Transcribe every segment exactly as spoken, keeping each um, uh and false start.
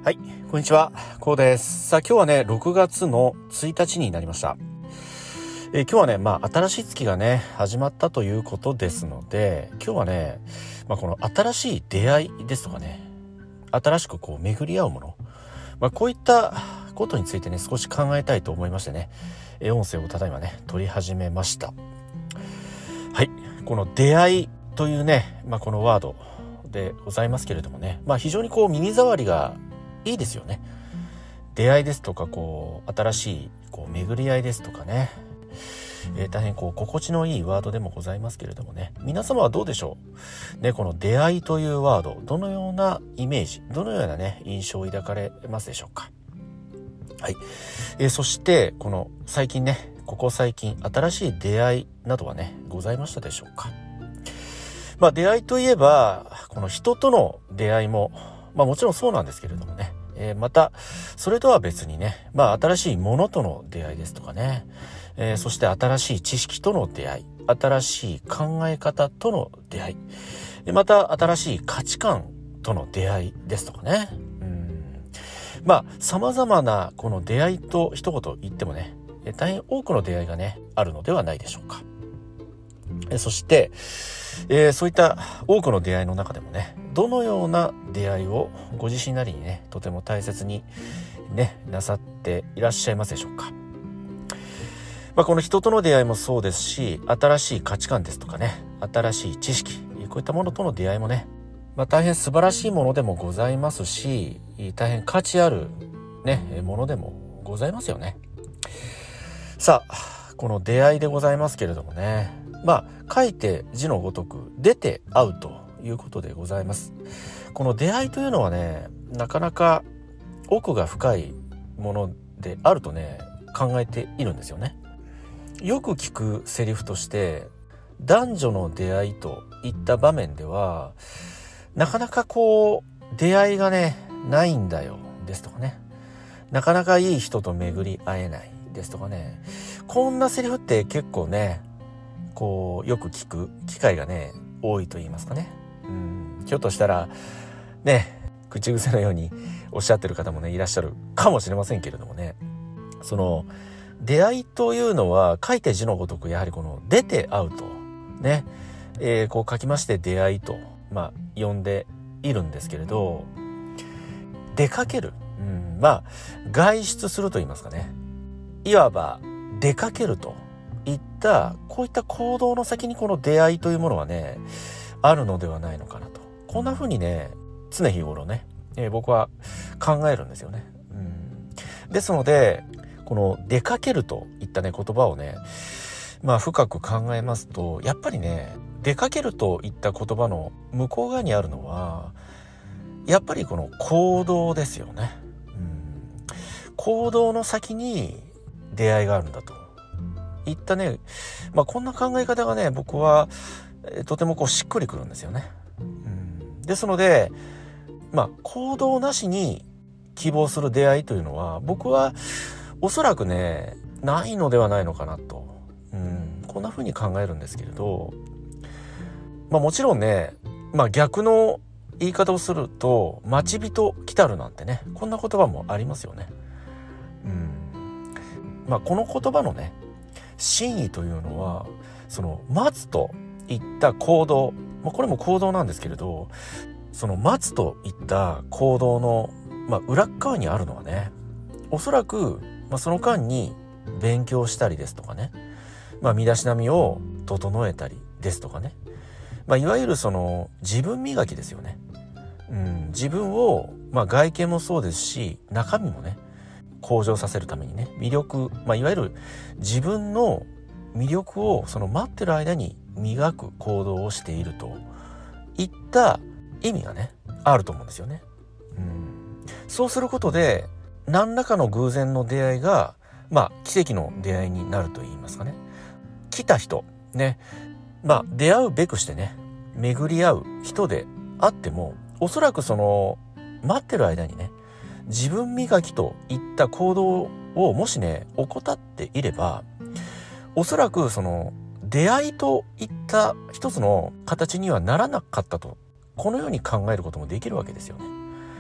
はい、こんにちは、こうです。さあ、今日はね、ろくがつのついたちになりました。えー今日はね、まあ、新しい月がね、始まったということですので、今日はね、まあ、この新しい出会いですとかね、新しくこう巡り合うもの、まあ、こういったことについてね、少し考えたいと思いましてね、えー音声をただいまね、撮り始めました。はい、この出会いというね、まあ、このワードでございますけれどもね、まあ、非常にこう耳障りがいいですよね。出会いですとか、こう新しいこう巡り合いですとかね、えー大変こう心地のいいワードでもございますけれどもね、皆様はどうでしょうね。この出会いというワード、どのようなイメージ、どのようなね印象を抱かれますでしょうか。はい、えーそしてこの最近ね、ここ最近新しい出会いなどはねございましたでしょうか。まあ出会いといえば、この人との出会いもまあもちろんそうなんですけれどもね、えーまたそれとは別にね、まあ新しいものとの出会いですとかね、えーそして新しい知識との出会い、新しい考え方との出会い、でまた新しい価値観との出会いですとかね。うんまあ様々なこの出会いと一言言ってもね、えー大変多くの出会いがねあるのではないでしょうか。えーそして、えーそういった多くの出会いの中でもね、どのような出会いをご自身なりにねとても大切にねなさっていらっしゃいますでしょうか。まあ、この人との出会いもそうですし、新しい価値観ですとかね、新しい知識、こういったものとの出会いもね、まあ、大変素晴らしいものでもございますし、大変価値あるねものでもございますよね。さあ、この出会いでございますけれどもね、まあ書いて字のごとく出て会うということでございます。この出会いというのはね、なかなか奥が深いものであるとね考えているんですよね。よく聞くセリフとして、男女の出会いといった場面ではなかなかこう出会いがねないんだよですとかね、なかなかいい人と巡り会えないですとかね、こんなセリフって結構ねこうよく聞く機会がね多いと言いますかね。うんひょっとしたらね口癖のようにおっしゃってる方もねいらっしゃるかもしれませんけれどもね、その出会いというのは書いて字のごとくやはりこの出て会うとね、えーこう書きまして出会いとまあ呼んでいるんですけれど、出かける、うん、まあ外出すると言いますかね、いわば出かけるといったこういった行動の先にこの出会いというものはねあるのではないのかなと、こんな風にね常日頃ね、えー僕は考えるんですよね。うんですのでこの出かけるといったね言葉をね、まあ深く考えますと、やっぱりね出かけるといった言葉の向こう側にあるのはやっぱりこの行動ですよね。うん行動の先に出会いがあるんだといったね、まあこんな考え方がね僕はえーとてもこうしっくりくるんですよね。うんですのでまあ行動なしに希望する出会いというのは僕はおそらくねないのではないのかなと、うん、こんな風に考えるんですけれど、まあもちろんね、まあ逆の言い方をすると待ち人来たるなんてね、こんな言葉もありますよね。うんまあこの言葉のね真意というのは、その待つといった行動、まあ、これも行動なんですけれど、その待つといった行動の、まあ、裏っ側にあるのはね、おそらく、まあ、その間に勉強したりですとかね、まあ、身だしなみを整えたりですとかね、まあ、いわゆるその自分磨きですよね。うん、自分を、まあ、外見もそうですし中身もね向上させるためにね、魅力、まあ、いわゆる自分の魅力をその待ってる間に磨く行動をしているといった意味がねあると思うんですよね。うんそうすることで何らかの偶然の出会いがまあ奇跡の出会いになると言いますかね。来た人ね、まあ出会うべくしてね巡り合う人であっても、おそらくその待ってる間にね自分磨きといった行動をもしね怠っていれば、おそらくその出会いといった一つの形にはならなかったと、このように考えることもできるわけですよね。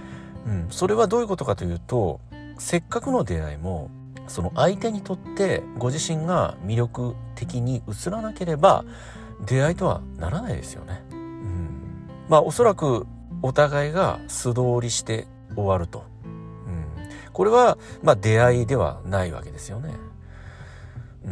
うん、それはどういうことかというと、せっかくの出会いもその相手にとってご自身が魅力的に映らなければ出会いとはならないですよね。うん、まあおそらくお互いが素通りして終わると、うん、これはまあ出会いではないわけですよね。うん、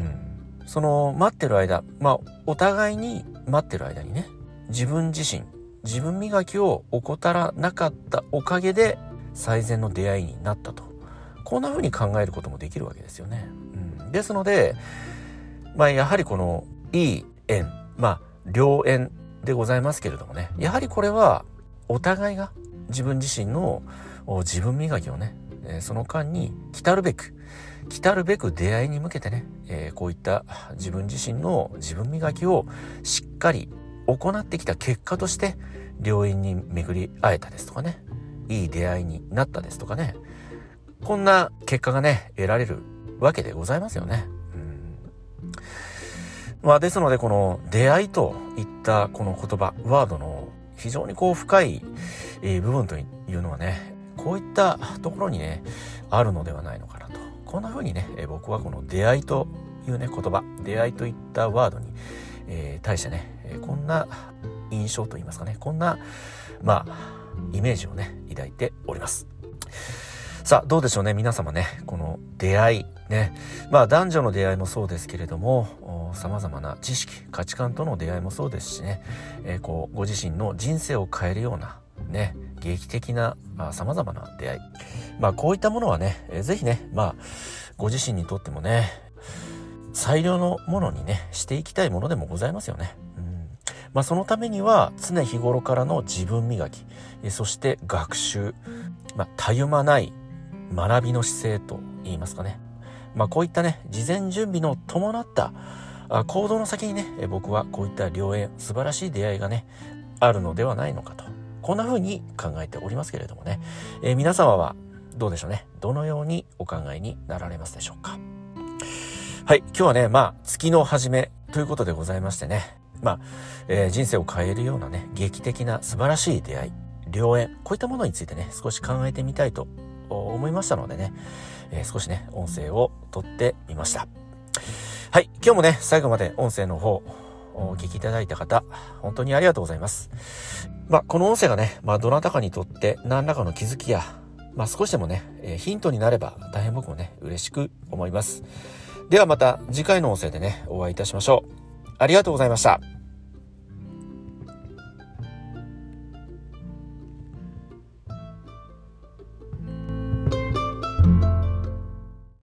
その待ってる間、まあお互いに待ってる間にね、自分自身自分磨きを怠らなかったおかげで最善の出会いになったと、こんな風に考えることもできるわけですよね。うん、ですので、まあやはりこのいい縁、まあ良縁でございますけれどもね、やはりこれはお互いが自分自身の自分磨きをね、その間に来たるべく来たるべく出会いに向けてね、えー、こういった自分自身の自分磨きをしっかり行ってきた結果として良縁に巡り会えたですとかね、いい出会いになったですとかね、こんな結果がね得られるわけでございますよね。うん、まあですので、この出会いといったこの言葉ワードの非常にこう深い部分というのはね、こういったところにねあるのではないのかなと、こんな風にね僕はこの出会いというね言葉、出会いといったワードに、えー、対してねこんな印象といいますかね、こんなまあイメージをね抱いております。さあどうでしょうね、皆様ね、この出会いね、まあ男女の出会いもそうですけれども、様々な知識価値観との出会いもそうですしね、えー、こうご自身の人生を変えるようなね劇的な様々な出会い、まあこういったものはね、えー、ぜひね、まあご自身にとってもね最良のものにねしていきたいものでもございますよね。うん、まあそのためには常日頃からの自分磨き、えー、そして学習、まあたゆまない学びの姿勢と言いますかね、まあこういったね事前準備の伴った行動の先にね、僕はこういった良縁、素晴らしい出会いがねあるのではないのかと、こんな風に考えておりますけれどもね、えー、皆様はどうでしょうね、どのようにお考えになられますでしょうか。はい、今日はね、まあ月の初めということでございましてね、まあ、えー、人生を変えるようなね劇的な素晴らしい出会い、良縁、こういったものについてね少し考えてみたいと思いましたのでね、えー、少しね音声を撮ってみました。はい、今日もね最後まで音声の方お聞きいただいた方、本当にありがとうございます。まあこの音声がね、まあどなたかにとって何らかの気づきや、まあ少しでもね、えー、ヒントになれば大変僕もね嬉しく思います。ではまた次回の音声でねお会いいたしましょう。ありがとうございました。